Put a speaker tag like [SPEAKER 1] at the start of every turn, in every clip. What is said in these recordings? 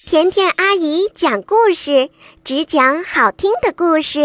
[SPEAKER 1] 甜甜阿姨讲故事，只讲好听的故事。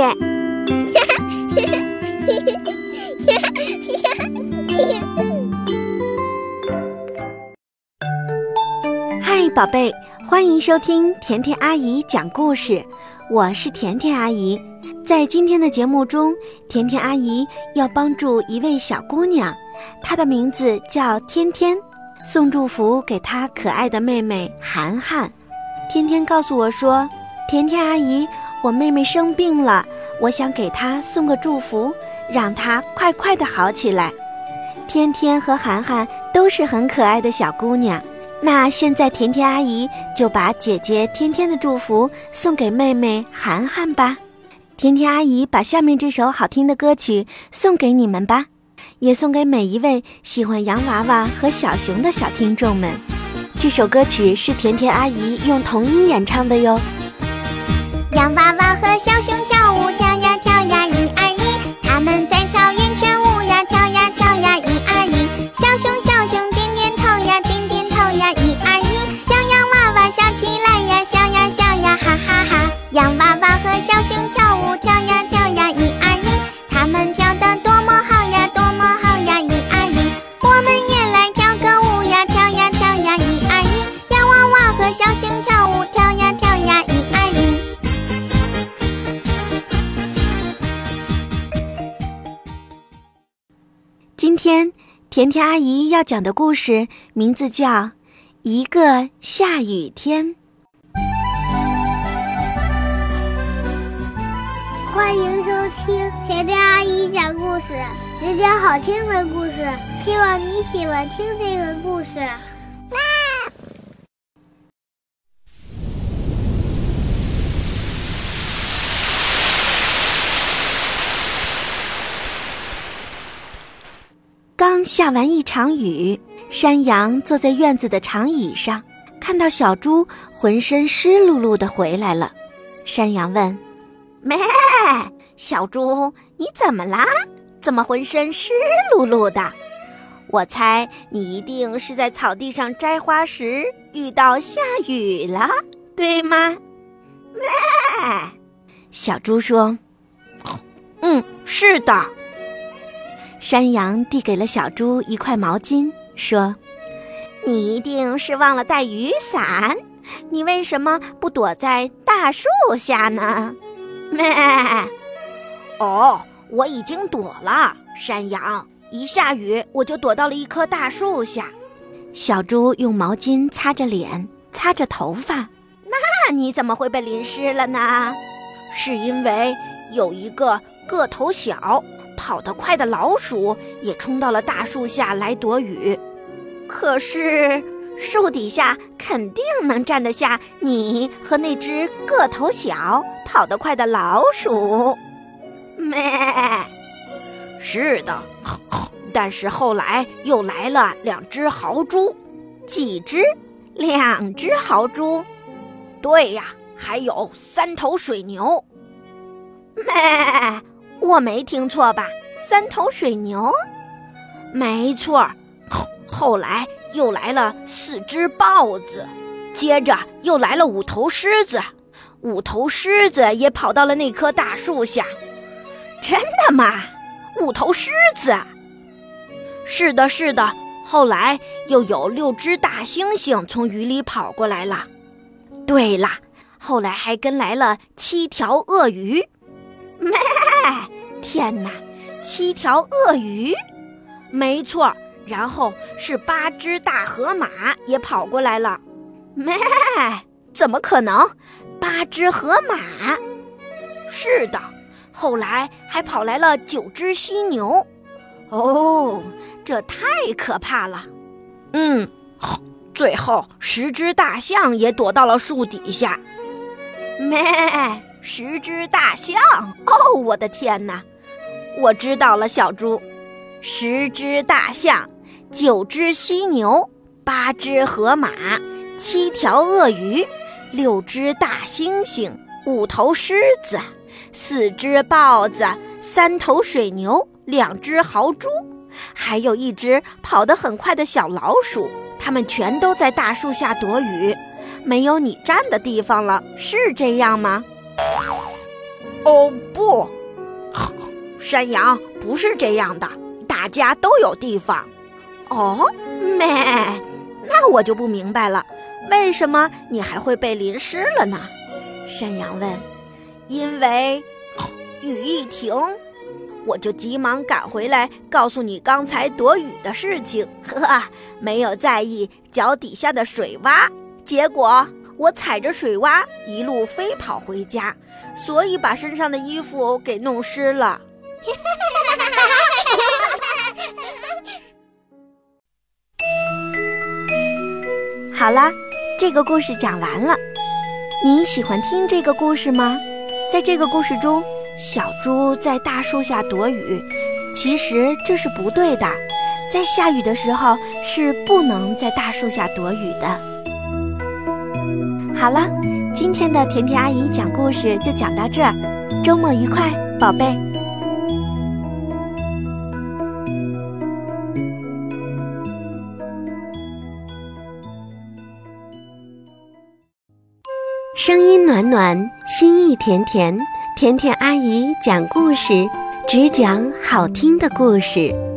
[SPEAKER 1] 嗨，宝贝，欢迎收听甜甜阿姨讲故事，我是甜甜阿姨。在今天的节目中，甜甜阿姨要帮助一位小姑娘，她的名字叫天天，送祝福给她可爱的妹妹涵涵。天天告诉我说，甜甜阿姨，我妹妹生病了，我想给她送个祝福，让她快快地好起来。天天和涵涵都是很可爱的小姑娘，那现在甜甜阿姨就把姐姐天天的祝福送给妹妹涵涵吧。甜甜阿姨把下面这首好听的歌曲送给你们吧，也送给每一位喜欢洋娃娃和小熊的小听众们。这首歌曲是甜甜阿姨用童音演唱的哟。
[SPEAKER 2] 洋娃娃和小熊跳舞，跳呀跳呀，一二一，他们在跳圆圈舞呀，跳呀跳呀，一二一，小熊小熊点点头呀，点点头呀，一二一，小洋娃娃笑起来呀，笑呀笑呀，哈哈哈。洋娃娃和小熊跳舞，跳呀跳呀，一二一，他们跳得多么好呀，多么好呀，一二一，我们也来跳个舞呀，跳呀跳呀，一二一，洋娃娃和小熊跳舞，跳呀跳呀，一二一。
[SPEAKER 1] 今天甜甜阿姨要讲的故事名字叫《一个下雨天》。
[SPEAKER 3] 欢迎收听甜甜阿姨讲故事，只讲好听的故事，希望你喜欢听这个故事。
[SPEAKER 1] 刚下完一场雨，山羊坐在院子的长椅上，看到小猪浑身湿漉漉地回来了。山羊问：咩，小猪，你怎么啦？怎么浑身湿漉漉的？我猜你一定是在草地上摘花时遇到下雨了，对吗？咩，小猪说：是的。山羊递给了小猪一块毛巾，说：你一定是忘了带雨伞，你为什么不躲在大树下呢？咩，哦，我已经躲了，山羊，一下雨我就躲到了一棵大树下。小猪用毛巾擦着脸，擦着头发。那你怎么会被淋湿了呢？是因为有一个个头小跑得快的老鼠也冲到了大树下来躲雨，可是树底下肯定能站得下你和那只个头小跑得快的老鼠。咩，是的，但是后来又来了2只豪猪。几只？2只豪猪？对呀，还有3头水牛。咩，我没听错吧？3头水牛？没错。后来又来了4只豹子，接着又来了5头狮子，5头狮子也跑到了那棵大树下。真的吗？5头狮子？是的，是的。后来又有6只大猩猩从雨里跑过来了。对了，后来还跟来了7条鳄鱼。咩，天哪，7条鳄鱼？没错，然后是8只大河马也跑过来了。咩，怎么可能？8只河马？是的，后来还跑来了9只犀牛。哦，这太可怕了。最后10只大象也躲到了树底下。咩，10只大象？哦，我的天哪！我知道了，小猪。10只大象，9只犀牛，8只河马，7条鳄鱼，6只大猩猩，5头狮子，4只豹子，3头水牛，2只豪猪，还有1只跑得很快的小老鼠，它们全都在大树下躲雨。 没有你站的地方了，是这样吗？
[SPEAKER 4] 哦不，山羊不是这样的，大家都有地方。
[SPEAKER 1] 哦，咩，那我就不明白了，为什么你还会被淋湿了呢？山羊问。
[SPEAKER 4] 因为雨一停，我就急忙赶回来告诉你刚才躲雨的事情，没有在意脚底下的水洼，结果我踩着水洼一路飞跑回家，所以把身上的衣服给弄湿了。
[SPEAKER 1] 好啦，这个故事讲完了。你喜欢听这个故事吗？在这个故事中，小猪在大树下躲雨，其实这是不对的，在下雨的时候是不能在大树下躲雨的。好了，今天的甜甜阿姨讲故事就讲到这儿，周末愉快，宝贝。声音暖暖，心意甜甜，甜甜阿姨讲故事，只讲好听的故事。